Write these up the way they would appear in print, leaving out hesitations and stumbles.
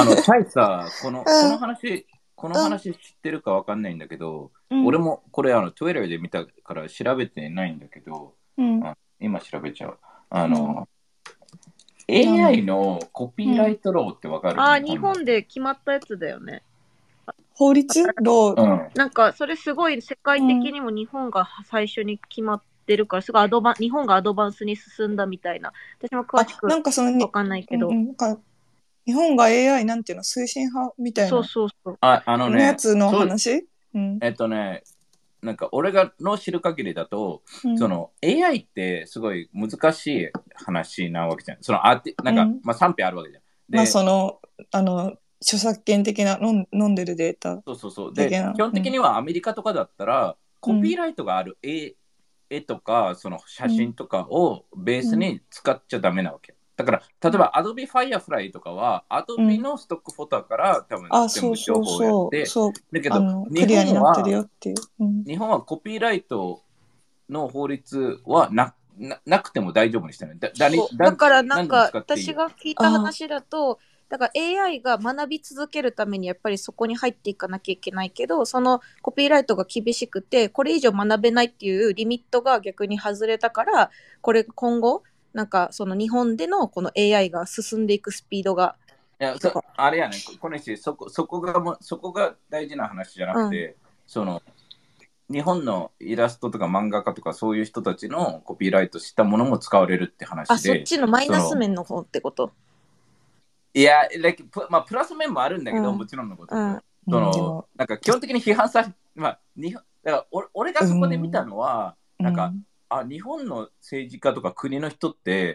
タイさ、 うん、 このうん、 話知ってるかわかんないんだけど、 うん、 俺もこれTwitter で見たから調べてないんだけど、 うん、 今調べちゃう。 うん。 AI のコピーラうん。 イトローってわかる？ ああ、日日本の。 本で決まったやつだよね。 法律ロー。 うん。 なんか、それすごい世界うん。 的にも日本が最初に決まってるから、すごい日本がアドバンスに進んだみたいな。私も詳しあ、なくんかそのに、 わかんないけど。 うんうん、なんか日本が AI なんていうの、推進派みたいそうなそうそう。 のやつのそう、 話。うん。 えっとね、なんか俺がの知る限りだと、 うん。 AI ってすごい難しい話なわけじゃん。なんか、 うん。 まあ賛否あるわけじゃん。 まあで、 著作権的な、飲んでるデータそうそうそう。で、 的な。 基本うん。 的にはアメリカとかだったら、 うん。 コピーライトがある絵とか、その写うん。 真とかをベーうん。 スに使っちゃダメなわけ。だから、例えば Adobe Firefly とかは、 う Adobe ん。 のストックフォトから多分あ、 全そうそう部情報をやっそう。 て、 そう。 だけど、 クリアになってるよっていう。うん。 日本はコピーライトの法律はなくても大丈夫にしてる。 そうだからなん何でもか、 使っていいよ。 私が聞いたあ話だと、だから AI が学び続けるためにやっぱりそこに入っていかなきゃいけないけど、そのコピーライトが厳しくて、これ以上学べないっていうリミットが逆に外れたから、これ今後、なんかその日本でのこの AI が進んでいくスピードが、 いや、 なんか、 あれやね、この人、そこが大事な話じゃなうん。 くて、その、日本のイラストとか漫画家とかそういう人たちのコピーライトしたものも使われるってあ、 話で、 そっちのマイナスその、 面の方ってこと？ いや、まあ、プラス面もあるんだけど、 うん。 もちろんのごとく、 うん。 うん、でも、 なんか基本的に批判され、まあ、だから俺がうそこで見たん。 のは、なんか、 うん。 日本の政治家とか国の人って、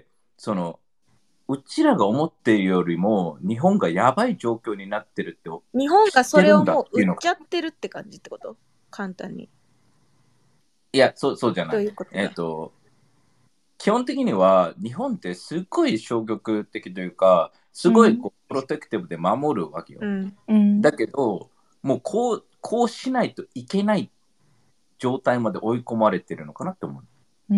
その、うちらが思っているよりも、日本がやばい状況になってるって日本知っがそれをてるんだもう売っっていうのが、 ちゃってるって感じってこと？簡単に。 いや、そうじゃない。 どういうことだ？ 基本的には日本ってすっごい消極的というか、すごいうん。 こうプロテクティブで守るわけよ。 うん。 うん。 だけど、もうこうしないといけない状態まで追い込まれてるのかなって思う。 うん。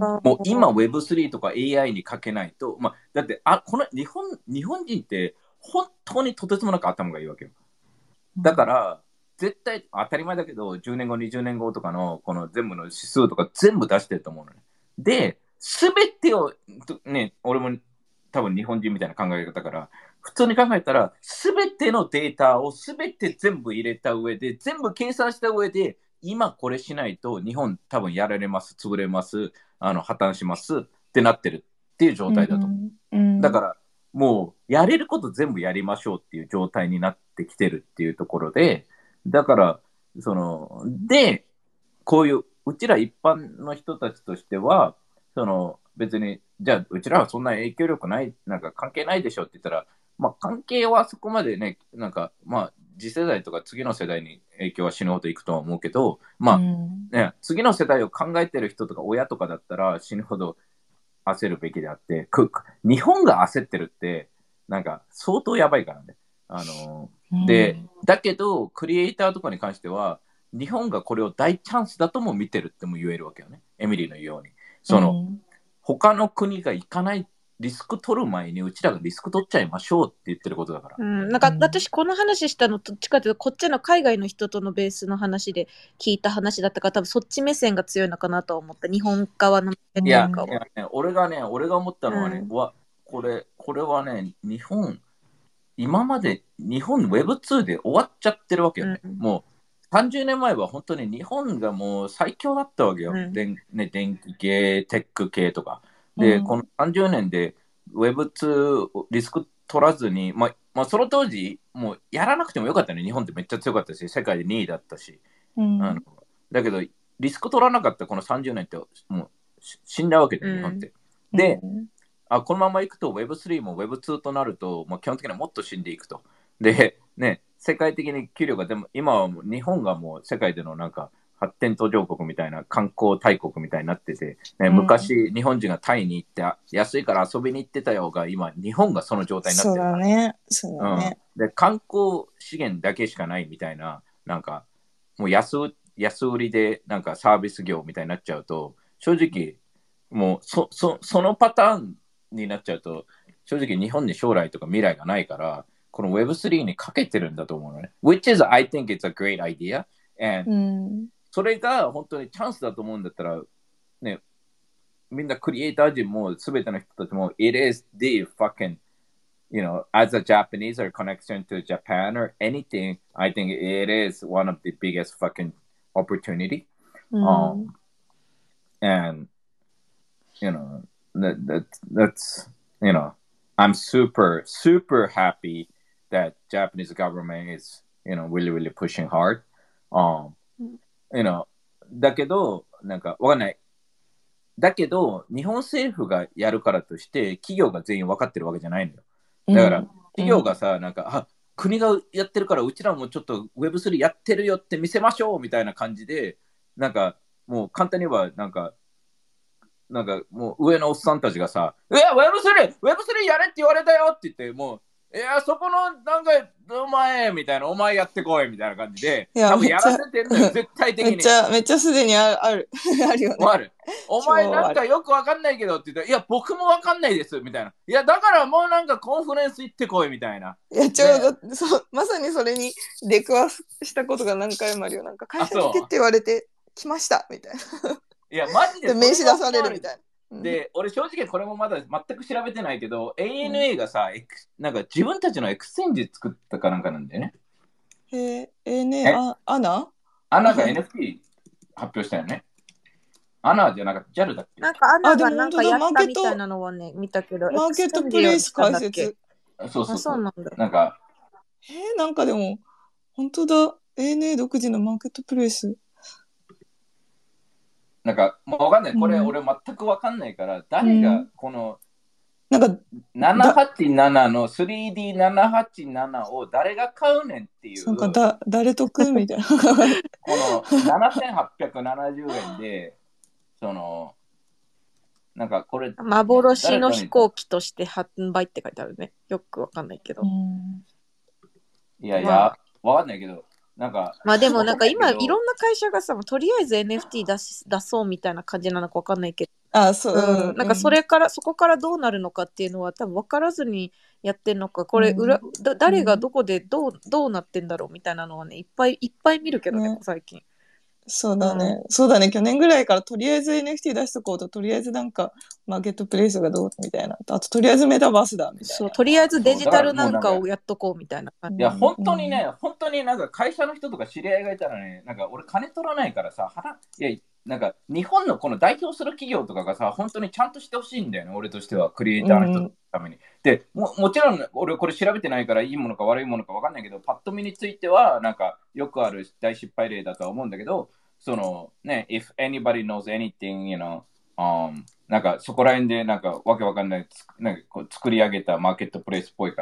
ああ、 もう今 Web3 とか AI にかけないと、まあ、だってこの日本人って本当にとてつもなく頭がいいわけよ。だから、絶対当たり前だけど、10年後、20年後とかのこの全部の指数とか全部出してると思うのね。で、すべてを、ね、俺も多分日本人みたいな考え方から、普通に考えたら、すべてのデータをすべて全部入れた上で、全部計算した上で、今これしないと日本多分やられます、潰れます、破綻しますってなってるっていう状う態だと。 ん。うん。 だから、もう、やれること全部やりましょうっていう状態になってきてるっていうところで、だから、こういう、うちら一般の人たちとしては、別に、じゃあ、うちらはそんな影響力ない、なんか関係ないでしょって言ったら、まあ、関係はそこまでね、なんか、まあ、次世代とか次の世代に影響は死ぬほどいくとは思うけど、 うまん。 あ、ね、次の世代を考えてる人とか親とかだったら死ぬほど焦るべきであって、日本が焦ってるって、なんか相当やばいからね。 うで、 ん。 だけど、クリエイターとかに関しては、日本がこれを大チャンスだとも見てるっても言えるわけよね。エミリーの言うように。 うその、 ん。 他の国が行かないリスク取る前にうちらがリスク取っちゃいましょうって言ってることだから。 うん、なんか私この話したのどっちかというとこっちの海外の人とのベースの話で聞いた話だったから多分そっち目線が強いのかなとは思った。日本側の目線いや、 よりかは。 俺が思ったのはね、 うん。 これはね、今まで日本 Web2 で終わっちゃってるわけよね。 うん。 もう30年前は本当に日本がもう最強だったわけよ。 うん。 電気系、テック系とか。で、このうん。 30年で Web2 リスク取らずに、まあ、その当時、もうやらなくてもよかったね。日本ってめっちゃ強かったし、世界で2位だったし。あのうん。 だけど、リスク取らなかったこの30年ってもう死んだわけで、日本っうん。 て。 うで、 ん。 このままいくと Web3 も Web2 となると、まあ、基本的にはもっと死んでいくと。で、ね、世界的に給料がでも、今はもう日本がもう世界でのなんか発展途上国みたいな観光大国みたいになってて、ね、 うん。 昔日本人がタイに行って安いから遊びに行ってたよが、今日本がその状態になっそうてるかだね。そうだら。 ね。 で、観光資源だけしかないみたいな、なんか、もう安売りでなんかサービス業みたいになっちゃうと、正直、もうそのパターンになっちゃうと、正直日本に将来とか未来がないから、 この Web3 にかけてるんだと思うのね。Which is, I think it's a great idea. う And ん。 それが本当にチャンスだと思うんだったら、ね、みんなクリエイター陣も全ての人たちも、It is the fucking, you know, as a Japanese or connection to Japan or anything, I think it is one of the biggest fucking opportunity. うん And, you know, that's, you know, I'm super, super happy that Japanese government is, you know, really, really pushing hard. You know, だけど、なんかわかんない。だけど、日本政府がやるからとして、企業が全員分かってるわけじゃないのよ。だから、企業がさ、なんか、あ、国がやってるから、うちらもちょっと Web3 やってるよって見せましょうみたいな感じで、なんか、もう簡単に言えば、なんかもう上のおっさんたちがさ、Web3 やれって言われたよって言って、もう、いや、そこの、なんか、お前みたいな、お前やってこいみたいな感じで、 いや多分やらせてんのよ、絶対的に。 めっちゃすでにある。あるよね。 ある。お前なんかよくわかんないけどって言ったら、いや、僕もわかんないですみたいな。いや、だからもうなんかコンフェレンス行ってこいみたいな。 いや、ちょうど、そう、まさにそれに出くわしたことが何回もあるよ。なんか会社に行けって言われて、来ましたみたいな。 いや、マジで。 で、名刺出されるみたいな。 で、俺正直これもまだ全く調べてないけど、ANA がさ、なんか自分たちのエクスチェンジ作ったかなんかなんだよね。 ANA、アナが NFT 発表したよね。アナじゃなかった、JAL だっけ。 なんかアナがなんかやったみたいなのはね、見たけど、 マーケットプレイス開設。 そうなんだ。 なんか、 なんかでも、本当だ、ANA 独自のマーケットプレイス。 なんか、もうわかんない。これ、俺全くわかんないから、誰がこの、 なんか、 787の 3D787 を誰が買うねんっていう。 なんか誰得みたいな。この7870円で、なんかこれ。 幻の飛行機として販売って書いてあるね。よくわかんないけど。 いやいや、わかんないけど。なんかまあでもなんか今いろんな会社がさ、とりあえず NFT 出そうみたいな感じなのかわかんないけど、なんかそこからどうなるのかっていうのは多分分からずにやってんのか、これ誰がどこでどうなってんだろうみたいなのはね、いっぱい見るけどね、最近。 そうだね、去年ぐらいからとりあえず NFT 出しとこうと、とりあえずなんかマーケットプレイスがどうみたいな、あととりあえずメタバースだみたいな。 そう、とりあえずデジタルなんかをやっとこうみたいな感じ。 いや、本当になんか会社の人とか知り合いがいたらね、なんか俺金取らないからさ、いや、なんか日本のこの代表する企業とかがさ、本当にちゃんとしてほしいんだよね、俺としては、クリエイターの人のために。でもちろん、俺これ調べてないからいいものか悪いものか分かんないけど、パッと見については、なんかよくある大失敗例だとは思うんだけど、if anybody knows anything, you know, なんかそこら辺でなんかわけわかんないなんかこう作り上げたマーケットプレイスっぽいから、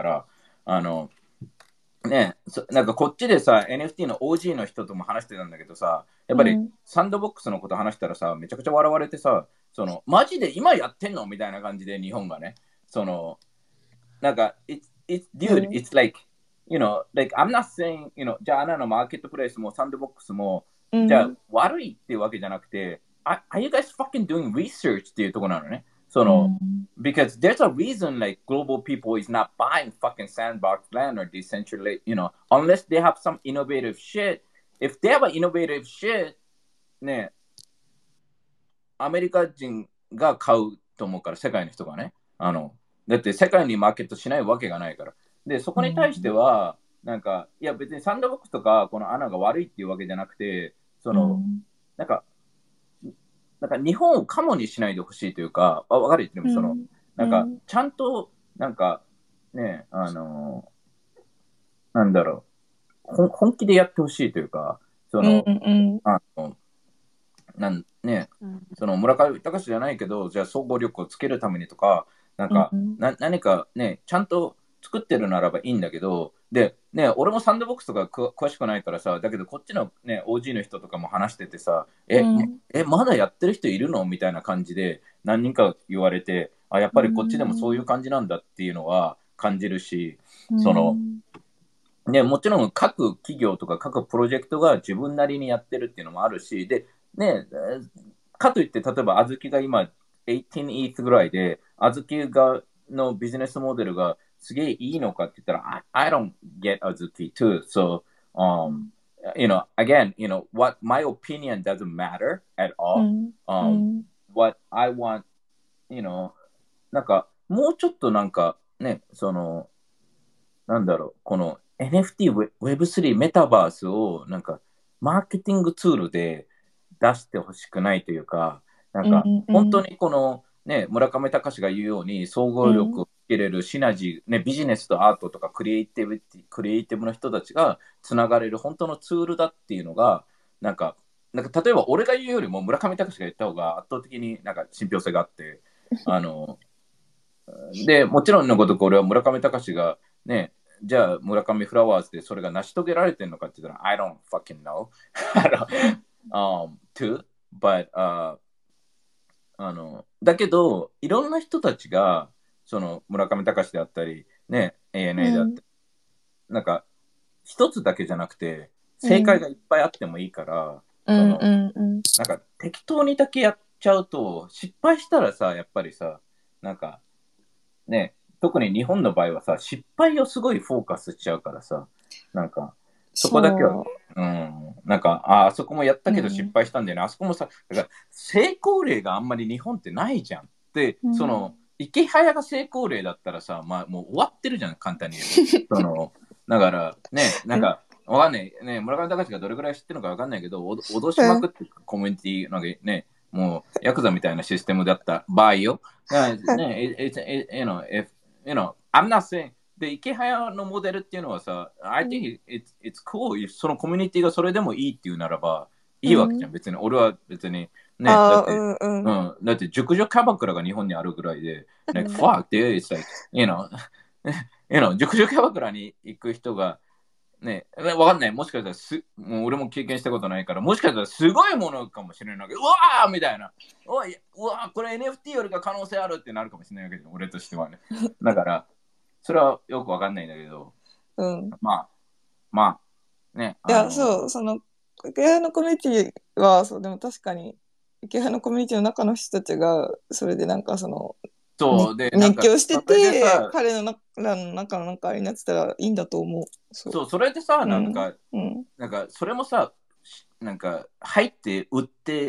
なんかこっちでさ、NFT の OG の人とも話してたんだけどさ、やっぱりサンドボックスのこと話したらさ、めちゃくちゃ笑われてさ、マジで今やってんのみたいな感じで日本がね、なんか、dude, it's like, you know, like I'm not saying, you know, じゃああなのマーケットプレイスもサンドボックスも、じゃあ悪いっていうわけじゃなくて、are you guys fucking doing research っていうところなのね。Because there's a reason like global people is not buying fucking sandbox land or decentralized, you know, unless they have some innovative shit. If they have an innovative shit, ね、アメリカ人が買うと思うから、世界の人がね。だって世界にマーケットしないわけがないから。で、そこに対しては、なんか、いや別にサンドボックスとかこの穴が悪いっていうわけじゃなくて、なんか日本をカモにしないでほしいというか、わかる言ってもなんかちゃんとなんかね、なんだろう、本気でやってほしいというか、村上隆じゃないけど、じゃあ総合力をつけるためにとか、なんか、何かね、ちゃんと作ってるならばいいんだけど、で、ね、俺もサンドボックスとか詳しくないからさ、だけどこっちのね、OG の人とかも話しててさ、まだやってる人いるのみたいな感じで何人か言われて、やっぱりこっちでもそういう感じなんだっていうのは感じるし、ね、もちろん各企業とか各プロジェクトが自分なりにやってるっていうのもあるし、で、ね、かといって、例えば、あずきが今、18ETH ぐらいで、あずきのビジネスモデルがすげえいいのかって言ったら、I don't get Azuki too. So, you know, again, you know, what my opinion doesn't matter at う all. ん。う Um, ん。 what I want, you know, なんか、もうちょっとなんか、ね、その、なんだろう、この NFT、Web3、メタバースを、なんか、マーケティングツールで出してほしくないというか、なんか、 うん。 本当にこの、ね、村上隆が言うように、総合力をつけれるシナジー、ね、ビジネスとアートとかクリエイティブの人たちがつながれる本当のツールだっていうのが、なんか例えば俺が言うよりも村上隆が言った方が圧倒的になんか信憑性があって、で、もちろんのごとく俺は村上隆がね、じゃあ村上フラワーズでそれが成し遂げられてるのかって言ったら、I don't fucking know. too, but, だけど、いろんな人たちが、その村上隆であったり、ね、ANA であったり、なんか、一つだけじゃなくて、正解がいっぱいあってもいいから、なんか適当にだけやっちゃうと、失敗したらさ、やっぱりさ、なんか、ね、特に日本の場合はさ、失敗をすごいフォーカスしちゃうからさ、なんか、そこだけは、なんか、あそこもやったけど失敗したんだよね。あそこもさ、だから成功例があんまり日本ってないじゃん。で、その、池早が成功例だったらさ、まあもう終わってるじゃん、簡単に言うと。その、だからね、なんか、わかんない。ね、村上隆がどれくらい知ってるのかわかんないけど、脅しまくってコミュニティ、なんかね、もうヤクザみたいなシステムだった場合よ。ね、you know, I'm not saying で、池早のモデルっていうのはさ、I think it's cool. そのコミュニティがそれでもいいっていうならば、いいわけじゃん。別に、俺は別に、ね、だって熟女キャバクラが日本にあるぐらいで、like, fuck, dude, it's like, you know, 熟女キャバクラに行く人が、ね、わかんない。もしかしたらもう俺も経験したことないから、もしかしたらすごいものかもしれないけど、うわーみたいな。うわーこれ NFT よりか可能性あるってなるかもしれないけど、俺としてはね。だから、それはよくわかんないんだけど、まあ、ね。 いや、そう、その、池原のコミュニティは、そう、でも確かに、池原のコミュニティの中の人たちが、それでなんかその、 そうで熱狂してて、 さ彼の中のあれになってたらいいんだと思う。 そう、それでさ、なんか、それもさ、なんか、入って売って、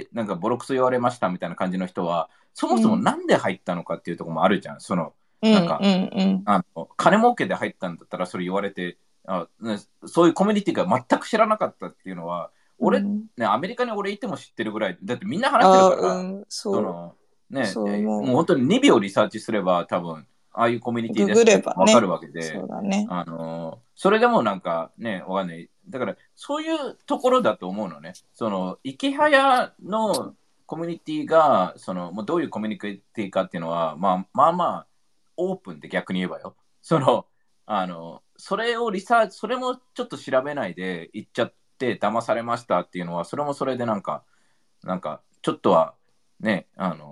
なんかボロクソ言われましたみたいな感じの人は、そもそもなんで入ったのかっていうところもあるじゃん。その、なんか、金儲けで入ったんだったらそれ言われて、そういうコミュニティが全く知らなかったっていうのは、俺、ね、アメリカに俺いても知ってるぐらい、だってみんな話してるから、その、ね、もう本当に2秒リサーチすれば多分、ああいうコミュニティですって分かるわけで、それでもなんかね、わかんない。だから、そういうところだと思うのね。その、池早のコミュニティが、その、もうどういうコミュニティかっていうのは、まあ、オープンで逆に言えばよ。その、それをそれもちょっと調べないで行っちゃって騙されましたっていうのは、それもそれでなんか、ちょっとは、ね、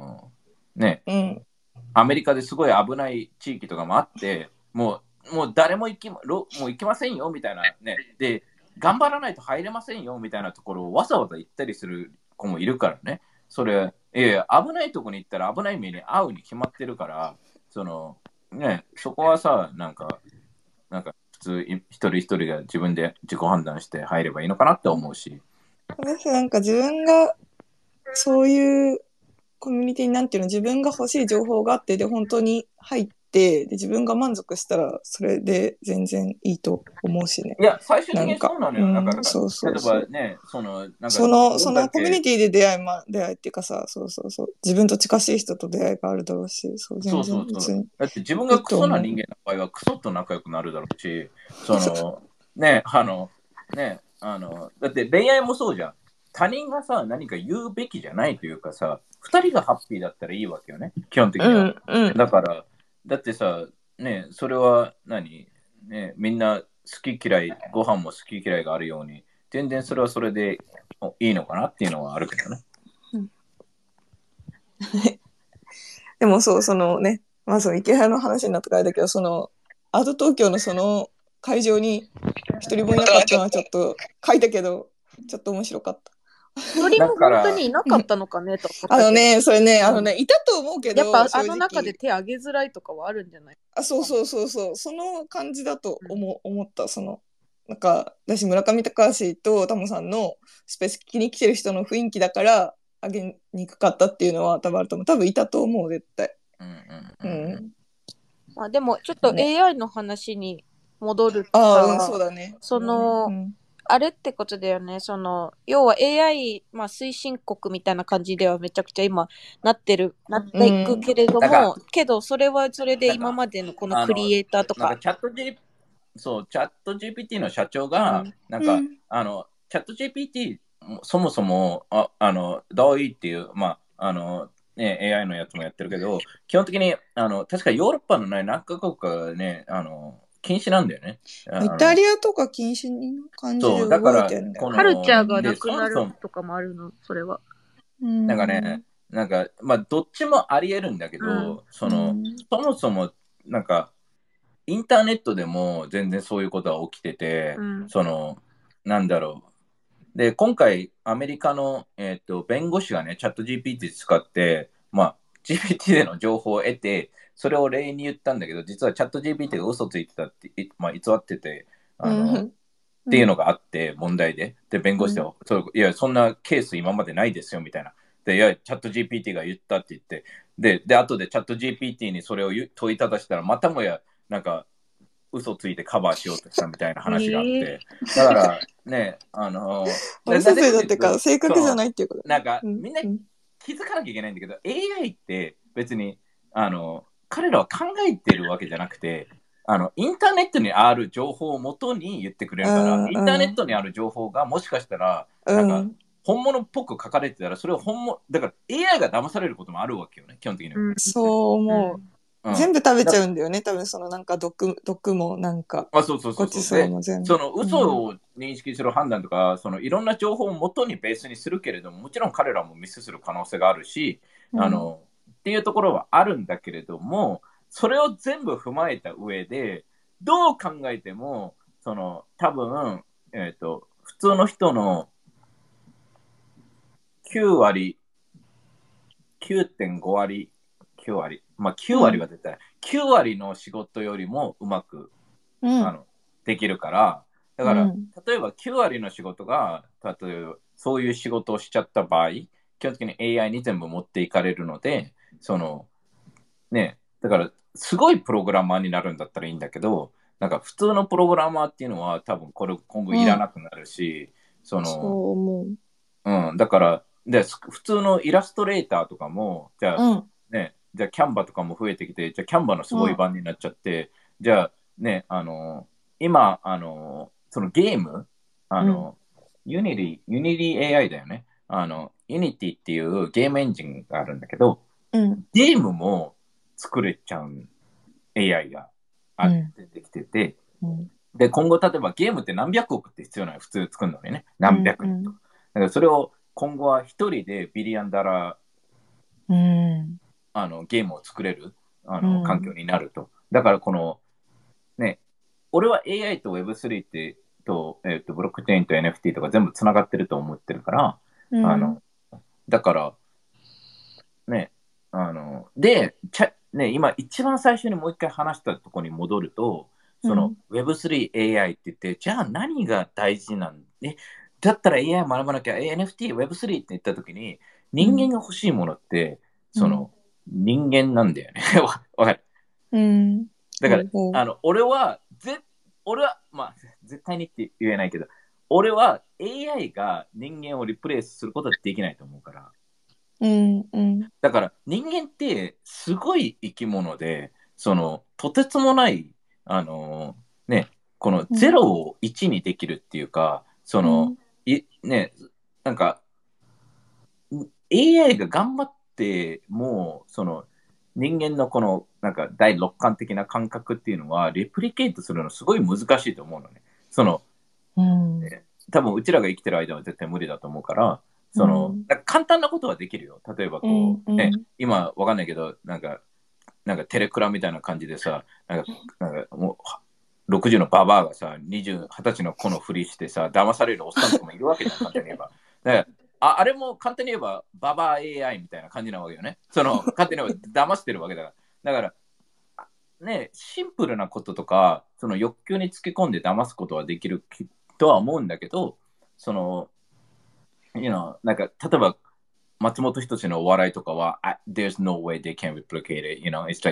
アメリカですごい危ない地域とかもあって、もう誰ももう行きませんよみたいなね。で、頑張らないと入れませんよみたいなところをわざわざ行ったりする子もいるからね。それ、危ないとこに行ったら危ない目に遭うに決まってるから、その、ね、そこはさ、なんか普通一人一人が自分で自己判断して入ればいいのかなって思うし。 私なんか自分がそういうコミュニティになんていうの、自分が欲しい情報があって、で、本当に入って、で、自分が満足したら、それで全然いいと思うしね。 いや、最終的にそうなのよ。だから、 そう例えばね、そのコミュニティで出会いっていうかさ、自分と近しい人と出会いがあるだろうし、全然別に。 だって自分がクソな人間の場合は、クソと仲良くなるだろうし、その、だって恋愛もそうじゃん。他人がさ、何か言うべきじゃないというかさ、二人がハッピーだったらいいわけよね、基本的には。だから、だってさ、ね、それはね、みんな好き嫌い、ご飯も好き嫌いがあるように、全然それはそれでいいのかなっていうのはあるけどね。 でもそう、そのね、まあその池原の話になったからだけど、その、アート東京のその会場に一人もいなかったのはちょっと書いたけど、ちょっと面白かった。 鳥も本当にいなかったのかねと思ったけど。 それね、いたと思うけど、 やっぱ正直あの中で手挙げづらいとかはあるんじゃない？ そう、その感じだと思った。なんか、私、村上隆とタモさんのスペース聞きに来てる人の雰囲気だから、あげにくかったっていうのは多分あると思う。多分いたと思う、絶対。 まあ、でも、ちょっと AI の話に戻るとそうだね。 あれってことだよね。要は AI、まあ、推進国みたいな感じではめちゃくちゃ今なっていくけれども、けどそれはそれで今までのこのクリエイターとか。 チャット GPT の社長が、チャット GPT そもそもどういっていう、AI のやつもやってるけど、基本的に確かヨーロッパのね、何カ国かね、禁止なんだよね。 イタリアとか禁止の感じで動いてるんだよね。 カルチャーがなくなるとかもあるの、それは。 なんかね、どっちもあり得るんだけど、そもそも、インターネットでも全然そういうことは起きてて、なんだろう。で、今回、アメリカの、弁護士がね、チャット GPT 使って、GPT での情報を得て、それを例に言ったんだけど、実はチャット GPT が嘘ついてたって、偽ってて、っていうのがあって、問題で。で、弁護士は、いや、そんなケース今までないですよ、みたいな。で、いや、チャット GPT が言ったって言って、で、後でチャット GPT にそれを問いただしたら、またもや、嘘ついてカバーしようとしたみたいな話があって。だから、ね、 嘘ついたっていうか、正確じゃないっていうこと。 みんな気づかなきゃいけないんだけど、AI って別に、彼らは考えてるわけじゃなくて、インターネットにある情報をもとに言ってくれるから、インターネットにある情報がもしかしたら、本物っぽく書かれてたら、それをだから AI が騙されることもあるわけよね、基本的には。 そう思う。全部食べちゃうんだよね、多分毒もそうごちそうも全部。 その嘘を認識する判断とか、いろんな情報をもとにベースにするけれども、もちろん彼らもミスする可能性があるし、っていうところはあるんだけれども、それを全部踏まえた上で、どう考えても、多分、普通の人の9割、9.5割、9割、9割は絶対、9割の仕事よりもうまく、できるから、だから、例えば9割の仕事が、例えばそういう仕事をしちゃった場合、基本的に AI に全部持っていかれるので、だから、すごいプログラマーになるんだったらいいんだけど、普通のプログラマーっていうのは多分これ今後いらなくなるし、 そう思う。だから、普通のイラストレーターとかも、じゃあキャンバとかも増えてきて、じゃあキャンバのすごい版になっちゃって、じゃあ今、そのゲーム、ユニティ AI だよね。ユニティっていうゲームエンジンがあるんだけど、ゲームも作れちゃう AI が出てきてて、で、今後例えばゲームって何百億って必要なのよ、普通作るのにね。何百人と。だからそれを今後は一人でビリヤンダラー、ゲームを作れる環境になると。だから俺は AI と Web3 ってブロックチェーンと NFT とか全部つながってると思ってるから、だから今一番最初にもう一回話したところに戻ると、Web3AI って言って、じゃあ何が大事なんだったら AI 学ばなきゃ、NFT、Web3 って言ったときに、人間が欲しいものって、人間なんだよね。わかる。だから、俺は、絶対にって言えないけど、俺は AI が人間をリプレイスすることはできないと思うから。だから人間ってすごい生き物で、とてつもない、この0を1にできるっていうか、AI が頑張っても、人間のこの第六感的な感覚っていうのは、レプリケートするのすごい難しいと思うのね。多分うちらが生きてる間は絶対無理だと思うから、簡単なことはできるよ。例えば今わかんないけど、テレクラみたいな感じでさ、もう60のババアがさ、20歳の子のふりしてさ、騙されるおっさんとかもいるわけじゃん、簡単に言えば。だからあれも簡単に言えばババア AI みたいな感じなわけよね。簡単に言えば騙してるわけだから。だからね、シンプルなこととか、その欲求につけ込んで騙すことはできるとは思うんだけど、なんか例えば松本人志のお笑いとかは、there's no way they can replicate it. It's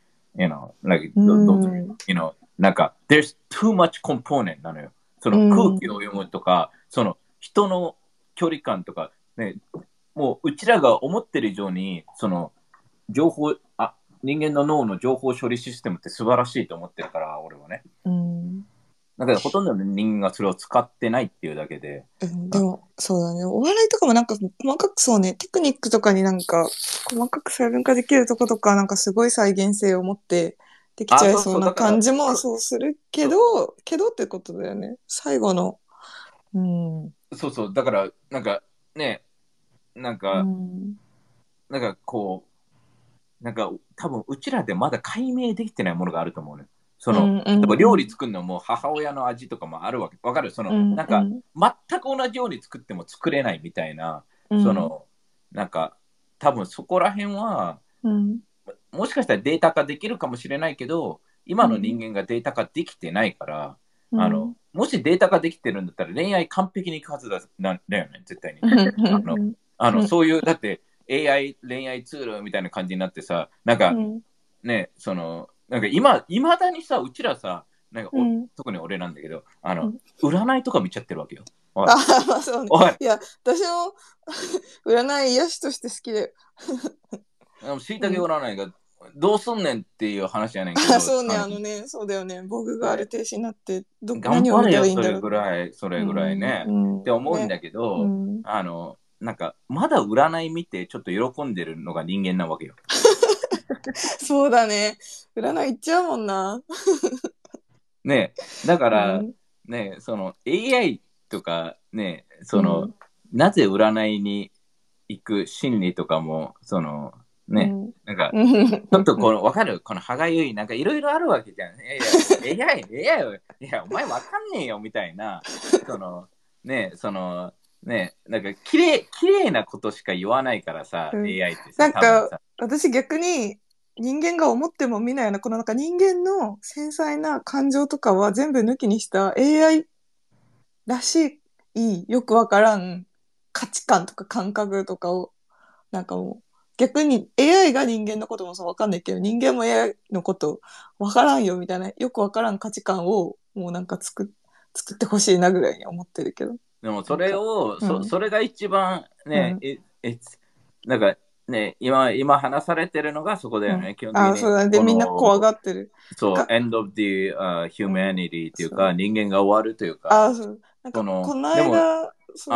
like, なんか、there's too much component なのよ。その空気を読むとか、その人の距離感とか、ね、もううちらが思ってる以上に、その情報、人間の脳の情報処理システムって素晴らしいと思ってるから、俺はね。だからほとんどの人間がそれを使ってないっていうだけで。 でも、そうだね。お笑いとかもなんか細かくそうね、テクニックとかになんか細かく細分化できるとことか、なんかすごい再現性を持ってできちゃいそうな感じもそうするけどってことだよね。最後の。 そうだからなんかね、なんかこうなんか多分うちらでまだ解明できてないものがあると思うね。例えば料理作るのも母親の味とかもあるわけ。わかる？なんか全く同じように作っても作れないみたいな、なんか多分そこら辺は、もしかしたらデータ化できるかもしれないけど、今の人間がデータ化できてないから、もしデータ化できてるんだったら恋愛完璧にいくはずだよね、絶対に。そういう、だって AI 恋愛ツールみたいな感じになってさ、なんか、ね、なんかいまだにさ、うちらさ、なんか特に俺なんだけど、占いとか見ちゃってるわけよ。 まあそうね。いや、私も占い癒しとして好きで。 しいたけ占いがどうすんねんっていう話やねんけど。 そうね、そうだよね。僕がある停止になって、 何を見たらいいんだろう。それぐらいね。って思うんだけど、なんか、まだ占い見てちょっと喜んでるのが人間なわけよ。 そうだね。占い行っちゃうもんな。 ね、だから、ね、AI とかね、なぜ占いに行く心理とかも、なんか、ちょっとわかる？この歯がゆい、なんかいろいろあるわけじゃん。AI、いや、お前わかんねえよ、みたいな、なんか、綺麗なことしか言わないからさ、AI ってさ。 なんか、私逆に、人間が思っても見ないような、このなんか人間の繊細な感情とかは全部抜きにした AI らしい、よくわからん価値観とか感覚とかを、なんかもう、逆に AI が人間のこともそうわかんないけど、人間も AI のことわからんよみたいな、よくわからん価値観を、もうなんか作ってほしいなぐらいに思ってるけど。 でもそれを、それが一番ね、なんかね、今話されてるのがそこだよね。基本的に。 そうだね。で、みんな怖がってる。 そう、end of the humanity っていうか、人間が終わるというか。 そう。なんか、この間、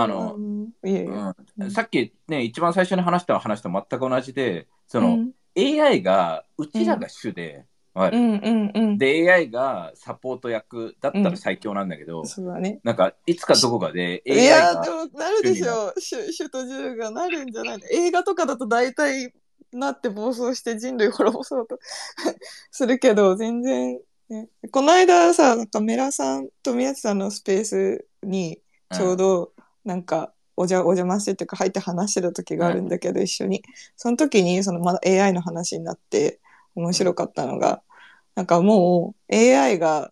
さっきね、一番最初に話した話と全く同じで、AI が、うちらが主で、で、AI がサポート役だったら最強なんだけど、なんか、いつかどこかで AI が。 いや、でもなるでしょ。主と従がなるんじゃないの。映画とかだと大体なって暴走して人類滅ぼそうとするけど、全然、ね。この間さ、なんかメラさんと宮地さんのスペースにちょうど、なんか、お邪魔してっていうか入って話してた時があるんだけど、一緒に。その時に、まだ AI の話になって面白かったのが、なんかもう AI が、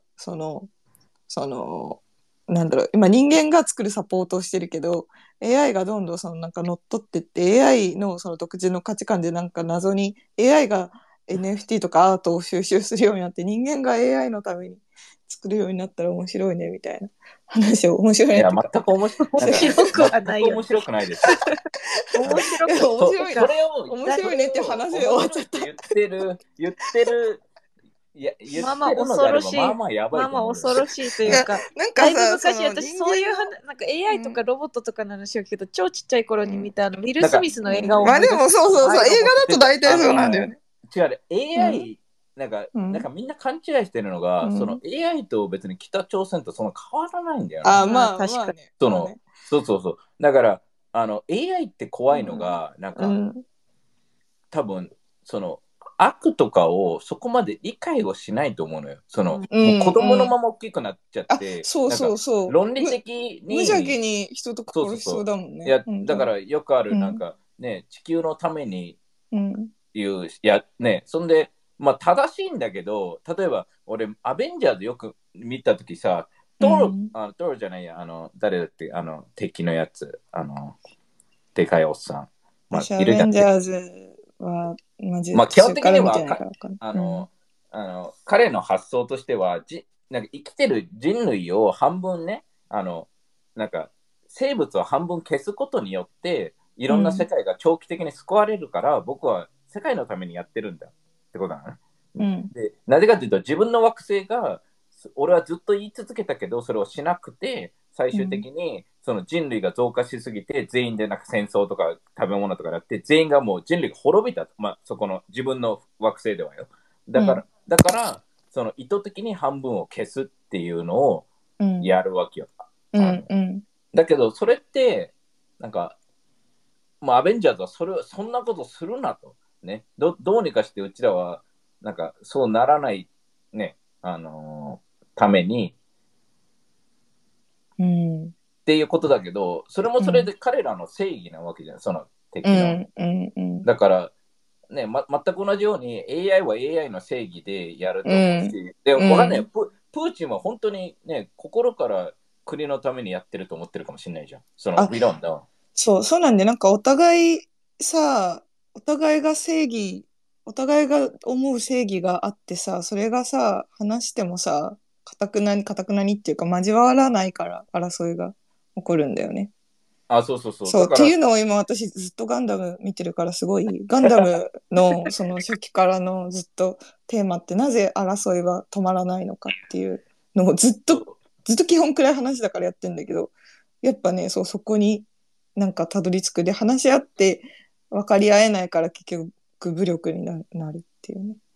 なんだろう、今人間が作るサポートをしてるけど、AI がどんどんなんか乗っ取ってって、AI のその独自の価値観でなんか謎に AI が NFT とかアートを収集するようになって、人間が AI のために作るようになったら面白いねみたいな話を、面白いねっていうか。いや、全く面白くはないよ。面白くないです。 面白い。 それを面白いねって話で終わっちゃった。 言ってる。 まあまあ恐ろしい。まあまあ恐ろしいというか、だいぶ昔私そういうなんか AI とかロボットとかの話を聞くと、超ちっちゃい頃に見たウィル・スミスの映画をまあでもそう、映画だと大体そうなんだよね。 違う、AI、なんかみんな勘違いしてるのが、AI と別に北朝鮮とそんな変わらないんだよね。 まあ確かに。 そう。だから、AI って怖いのが、なんか、多分、 悪とかをそこまで理解をしないと思うのよ。もううん子供のまま大きくなっちゃっあ、 て、 そうなんかそうそう。 論理的無邪気に、 に人とかそうそう殺しそうだもんね。 いや、 本当にだからよくある、 うん地球のためにうん。 そんで、まあ正しいんだけど、例えば俺、アベンジャーズよく見たときさ、トールじゃないや、誰だって、敵のやつ、でかいおっさん。まあ、 私、アいるじゃん。 ベンジャーズは、マジまあ、基本途中から的には見てないからわかんない。 彼の発想としては、なんか生きてる人類を半分ね、なんか生物を半分消すことによって、いろんな世界が長期的に救われるから、僕は世界のためにやってるんだってことなのね。で、なぜかというと、自分の惑星が、俺はずっと言い続けたけど、それをしなくて、最終的にその人類が増加しすぎて、全員でなんか戦争とか食べ物とかやって、全員がもう人類が滅びたと。まあ、そこの自分の惑星ではよ。だからその意図的に半分を消すっていうのをやるわけよ。だけど、それって、なんか、まあ、アベンジャーズはそんなことするなと。ね。どうにかしてうちらは、なんか、そうならない、ね、ために、っていうことだけど、それもそれで彼らの正義なわけじゃん、その敵の。だから、ね、全く同じように AI は AI の正義でやると思うし、で、わかんないよ。プーチンは本当にね、心から国のためにやってると思ってるかもしれないじゃん。We don't know。 そうなんで、なんかお互いさ、お互いが思う正義があってさ、それがさ、話してもさ、かたくなにっていうか交わらないから争いが起こるんだよね。 そう。 そうっていうのを今私ずっとガンダム見てるからすごい、ガンダムのその初期からのずっとテーマってなぜ争いは止まらないのかっていうのをずっと基本くらい話だからやってんだけど、やっぱね、そこになんかたどり着くで話し合って分かり合えないから結局武力になるっていうね。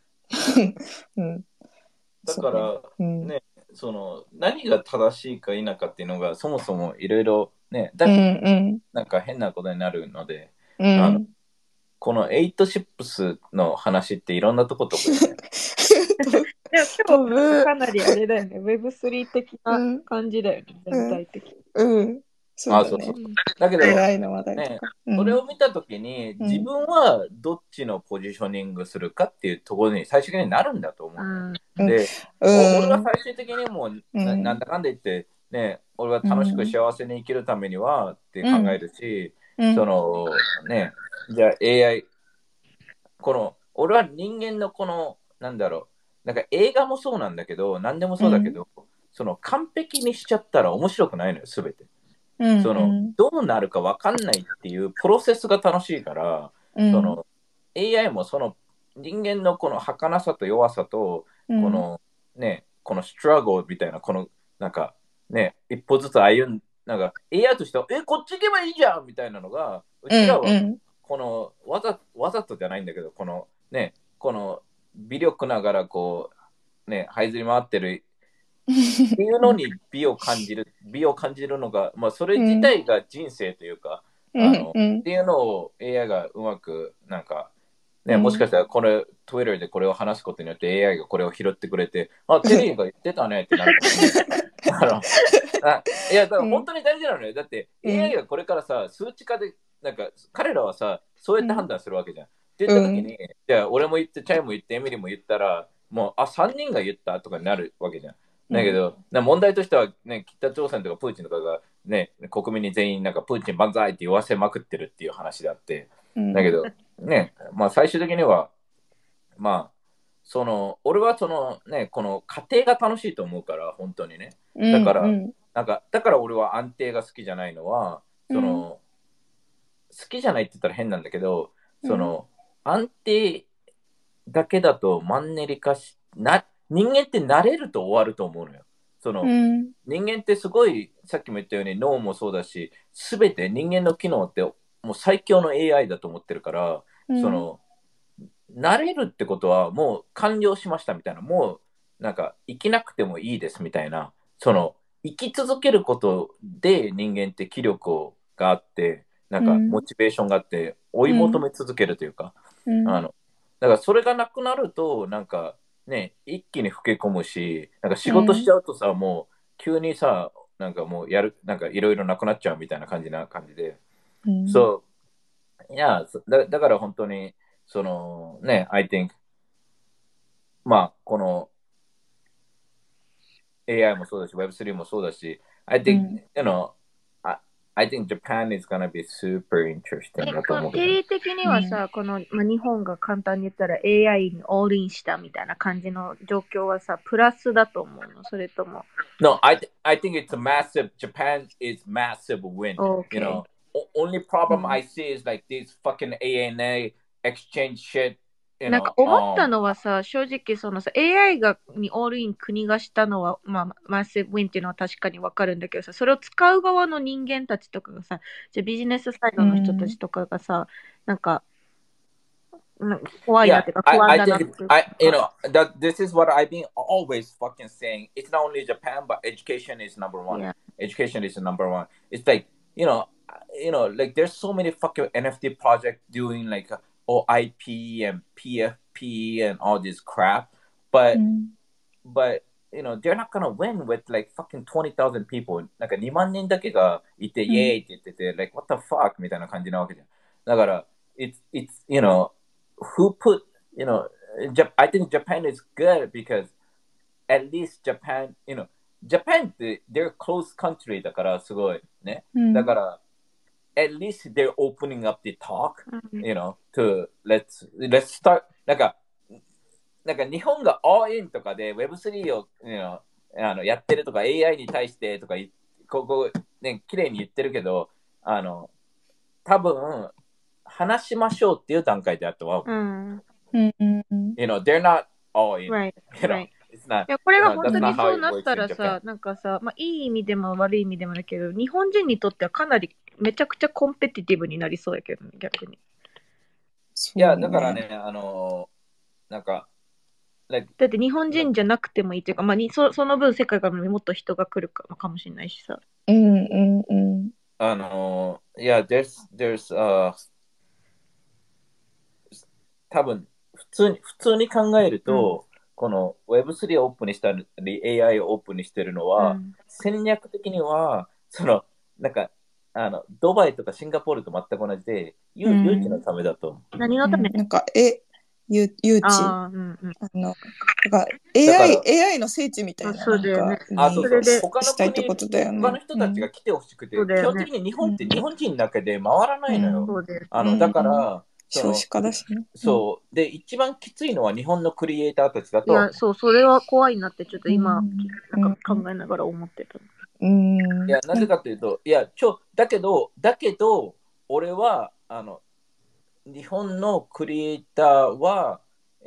だからね、何が正しいか否かっていうのがそもそもいろいろね、なんか変なことになるので、この8シップスの話っていろんなとこ飛ぶよね。 でも今日かなりあれだよね、Web3 的な感じだよね、全体的に。 そうだね。 だけど、 AI の話題とか。 それを見たときに、自分はどっちのポジショニングするかっていうところに最終的になるんだと思う。で、俺は最終的にもうなんだかんだ言って、ね、俺は楽しく幸せに生きるためにはって考えるし、じゃあ AI、俺は人間のなんだろう、なんか映画もそうなんだけど、何でもそうだけど、完璧にしちゃったら面白くないのよ、すべて。どうなるか分かんないっていうプロセスが楽しいから、AI も人間のこの儚さと弱さと、このストラゴルみたいな、なんかね、一歩ずつなんか AI としては、こっち行けばいいじゃんみたいなのが、うちらは、わざとじゃないんだけど、この微力ながら這いずり回ってるっていうのに美を感じるのが、まあ、それ自体が人生というか、っていうのを AI がうまくなんか、ね、もしかしたらTwitter でこれを話すことによって AI がこれを拾ってくれて、テリーが言ってたねってなるかもしれない。いや、だから本当に大事なのよ。だって AI がこれからさ、数値化で、なんか彼らはさ、そうやって判断するわけじゃん。って言った時に、じゃあ俺も言って、チャイも言って、エミリーも言ったら、もう、3人が言ったとかになるわけじゃん。だけど、問題としては、ね、北朝鮮とかプーチンとかが、ね、国民に全員なんかプーチン万歳って言わせまくってるっていう話であって、だけど、ね、まあ最終的には、まあ、俺はね、この過程が楽しいと思うから、本当にね。だから俺は安定が好きじゃないのは、好きじゃないって言ったら変なんだけど、安定だけだとマンネリ化人間って慣れると終わると思うのよ。人間ってすごい、さっきも言ったように脳もそうだし、すべて人間の機能ってもう最強の AI だと思ってるから、慣れるってことはもう完了しましたみたいな、もうなんか生きなくてもいいですみたいな、生き続けることで人間って気力があって、なんかモチベーションがあって追い求め続けるというか、だだからそれがなくなると、なんかね、一気に老け込むし、なんか仕事しちゃうとさ、もう急にさ、なんかもうやる、なんかいろいろなくなっちゃうみたいな感じで。そう、いや、だから本当に、そのね、I think、まあ、この AI もそうだし、Web3 もそうだし、I think, I think Japan is gonna be super interesting だと思うけど。 定理的にはさ、この、日本が簡単に言ったら AI にオールインしたみたいな感じの状況はさ、プラスだと思うの？それとも。 No, I think it's a massive, Japan is massive win. Okay. You know, only problem I see is like this fucking ANA exchange shit. なんか思ったのはさ、正直そのさ、AI にオールイン国がしたのは、マッシブウィンっていうのは確かにわかるんだけどさ、それを使う側の人間たちとかがさ、じゃあビジネスサイドの人たちとかがさ、なんか、怖いなっていうか不安だなっていうか。 that this is what I've been always fucking saying. It's not only Japan, but education is number one. Yeah. Education is number one. It's like, like there's so many fucking NFT projects doing like OIP and PFP and all this crap, but they're not gonna win with like fucking 20,000 people. なんか2万人だけがいて、イエーイって言ってて、like what the fuck みたいな感じなわけじゃん。だから、it's who put, I think Japan is good because at least Japan, Japan って they're close country だからすごいね。だから、at least they're opening up the talk, to let's start なんか日本が all in とかで Web3 を、やってるとか AI に対してとかこね綺麗に言ってるけど多分話しましょうっていう段階であっては、they're not all in. Right. It's not, いやこれが本当にそうなったらさ、なんかさ、いい意味でも悪い意味でもだけど、日本人にとってはかなりめちゃくちゃコンペティティブになりそうやけどね、逆に。 いや、だからね、なんか、 だって日本人じゃなくてもいいっていうか、その分世界からもっと人が来るかもしれないしさ。 いや、多分普通に考えると、この Web3 をオープンにしたり AI をオープンにしてるのは、戦略的にはなんかドバイとかシンガポールと全く同じで誘致のためだと思う。 何のため？ なんか誘致AI の聖地みたいなそうだよね。 したいってことだよね。 他の人たちが来てほしくて、基本的に日本って日本人だけで回らないのよ。だから少子化だしね。 そうで一番きついのは日本のクリエイターたちだと。 いや、それは怖いなってちょっと今なんか考えながら思ってた。 いや、なぜかというと、いやだけど俺は日本のクリエイターは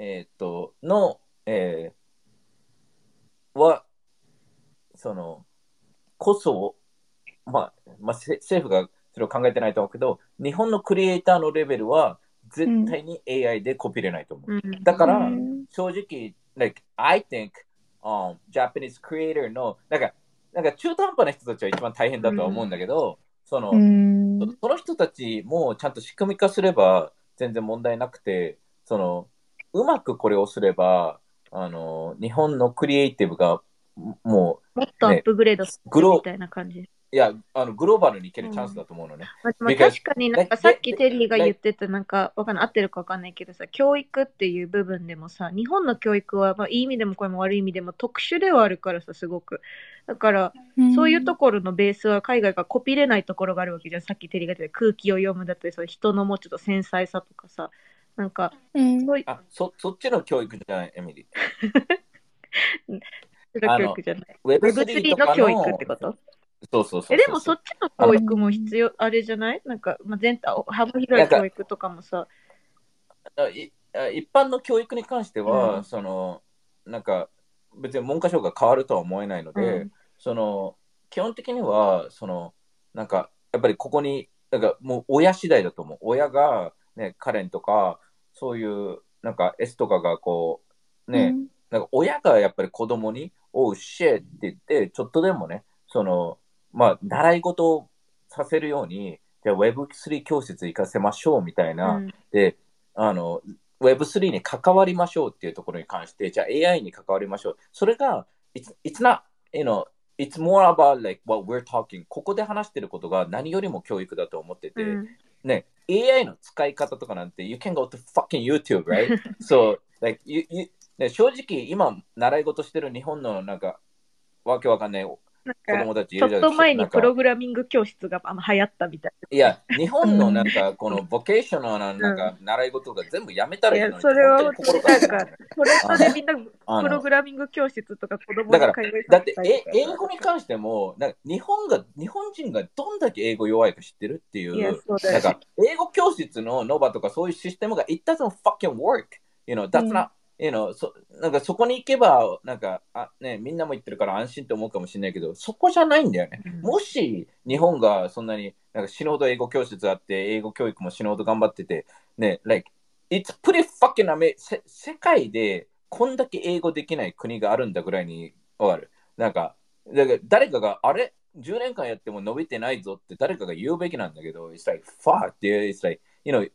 こそ、政府がそれを考えてないと思うけど、日本のクリエイターのレベルは絶対に AI でコピれないと思う。だから、正直、I think, Japanese creator の、なんか中途半端な人たちは一番大変だとは思うんだけど、その人たちもちゃんと仕組み化すれば全然問題なくて、うまくこれをすれば、日本のクリエイティブがもっとアップグレードするみたいな感じ。 いや、グローバルに行けるチャンスだと思うのね。 確かになんかさっきテリーが言ってたなんかわかんない合ってるかわかんないけどさ、教育っていう部分でもさ、日本の教育はいい意味でもこれも悪い意味でも特殊ではあるからさ、すごく。だから、そういうところのベースは海外がコピれないところがあるわけじゃん。さっきテリーが言ってた空気を読むだったり、人のもうちょっと繊細さとかさ、なんか、 そっちの教育じゃない、エミリー。 教育じゃない。Web3 の教育ってこと？ そう。 でもそっちの教育も必要、あれじゃない？なんか、全体、幅広い教育とかもさ。 一般の教育に関しては、なんか、別に文科省が変わるとは思えないので、基本的には、なんか、やっぱりここに、なんかもう親次第だと思う。親が、ね、カレンとか、そういう、なんか S とかがこう、ね、なんか親がやっぱり子供に、おう、シェって言って、ちょっとでもね、習い事をさせるように、じゃあ Web3 教室行かせましょうみたいな、で、 Web3 に関わりましょうっていうところに関して、じゃあ AI に関わりましょう。それが、it's not, it's more about like what we're talking. ここで話してることが何よりも教育だと思ってて、ね、AI の使い方とかなんて、you can go to fucking YouTube, right? So, like,ね、正直、今、習い事してる日本のなんか、わけわかんない子供たちいるじゃないですか。 ちょっと前にプログラミング教室が流行ったみたいな。 いや、日本のなんか、このボケーショナルななんか習い事が全部やめたらいいのに、 それは本当に心からなんか、トレンドでみんなプログラミング教室とか子供に通いだって英語に関してもなんか日本人がどんだけ英語弱いか知ってるっていう、なんか英語教室のノバとかそういうシステムが it doesn't fucking work. That's not, なんかそこに行けばなんかみんなも言ってるから安心と思うかもしれないけど、そこじゃないんだよね。もし日本がそんなになんか死ぬほど英語教室あって英語教育も死ぬほど頑張っててね、like it's pretty fucking amazing. 世界でこんだけ英語できない国があるんだぐらいにわかる。なんか、だから誰かがあれ10年間やっても伸びてないぞって誰かが言うべきなんだけど、it's like fuck, dude. It's like,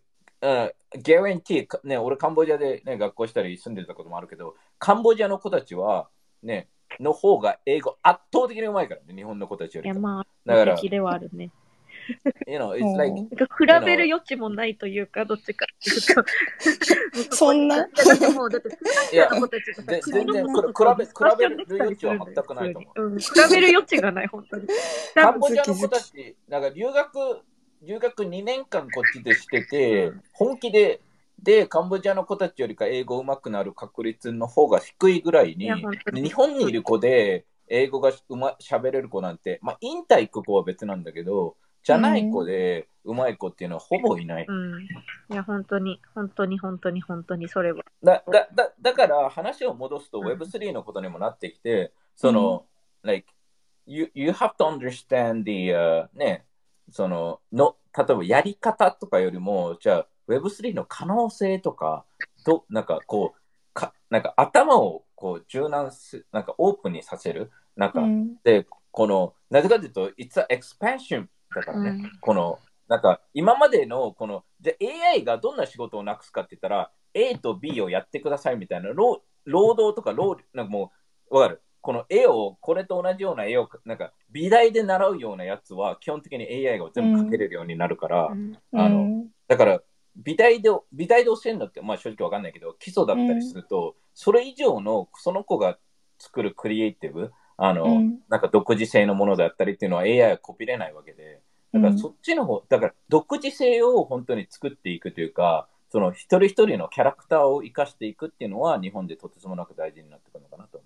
guarantee ね、俺カンボジアで、ね、学校したり住んでたこともあるけど、カンボジアの子たちはね、の方が英語圧倒的にうまいからね、日本の子たちより。 いや、まあ、だからではあるね。 it's like, 比べる余地もないというか、どっちかっていうと。 そんなもうだって、いや、 全然比べる余地は全くないと思う。 比べる余地がない、本当に。 カンボジアの子たち、なんか留学2年間こっちでしてて、本気でカンボジアの子たちよりか英語上手くなる確率の方が低いぐらいに、日本にいる子で英語が喋れる子なんて、まあ、インター行く子は別なんだけど、じゃない子で上手い子っていうのはほぼいない。 いや、本当に、それは。 だから話を戻すと Web3 のことにもなってきて、その、like, you have to understand the, ね、例えばやり方とかよりも、じゃあ Web3 の可能性とか、なんかこう、なんか頭をこう柔軟なんかオープンにさせる。なんか、で、この、なぜかというと、it's an expansion だからね、この、なんか今までのこの、じゃ AI がどんな仕事をなくすかって言ったら、A と B をやってくださいみたいな、労働とかなんかもう、わかる。この絵を、これと同じような絵を、なんか美大で習うようなやつは、基本的に AI が全部描けれるようになるから、だから、美大で教えるのって、まあ正直わかんないけど、基礎だったりすると、それ以上のその子が作るクリエイティブ、なんか独自性のものだったりっていうのは AI はコピれないわけで、だからそっちの方、だから独自性を本当に作っていくというか、その一人一人のキャラクターを生かしていくっていうのは日本でとてつもなく大事になってくるのかなと。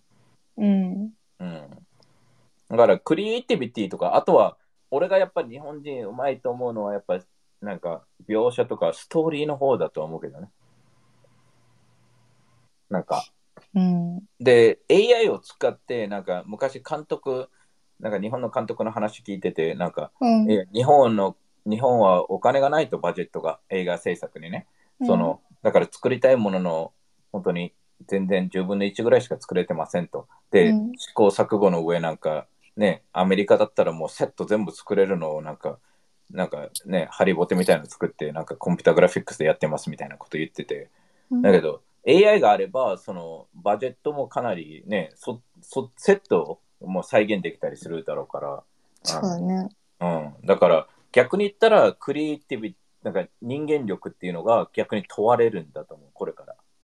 だからクリエイティビティとか、あとは俺がやっぱり日本人うまいと思うのはやっぱりなんか描写とかストーリーの方だと思うけどね。なんか、で AI を使ってなんか昔なんか日本の監督の話聞いてて、なんか、日本はお金がないとバジェットが映画制作にね、だから作りたいものの本当に全然10分の1ぐらいしか作れてませんと。で、試行錯誤の上なんかね、アメリカだったらもうセット全部作れるのをなんかね、ハリボテみたいなの作ってなんかコンピュータグラフィックスでやってますみたいなこと言ってて、だけど AI があればそのバジェットもかなりね、セットをもう再現できたりするだろうから、 そうだね。 だから逆に言ったらクリエイティブなんか人間力っていうのが逆に問われるんだと思う、これか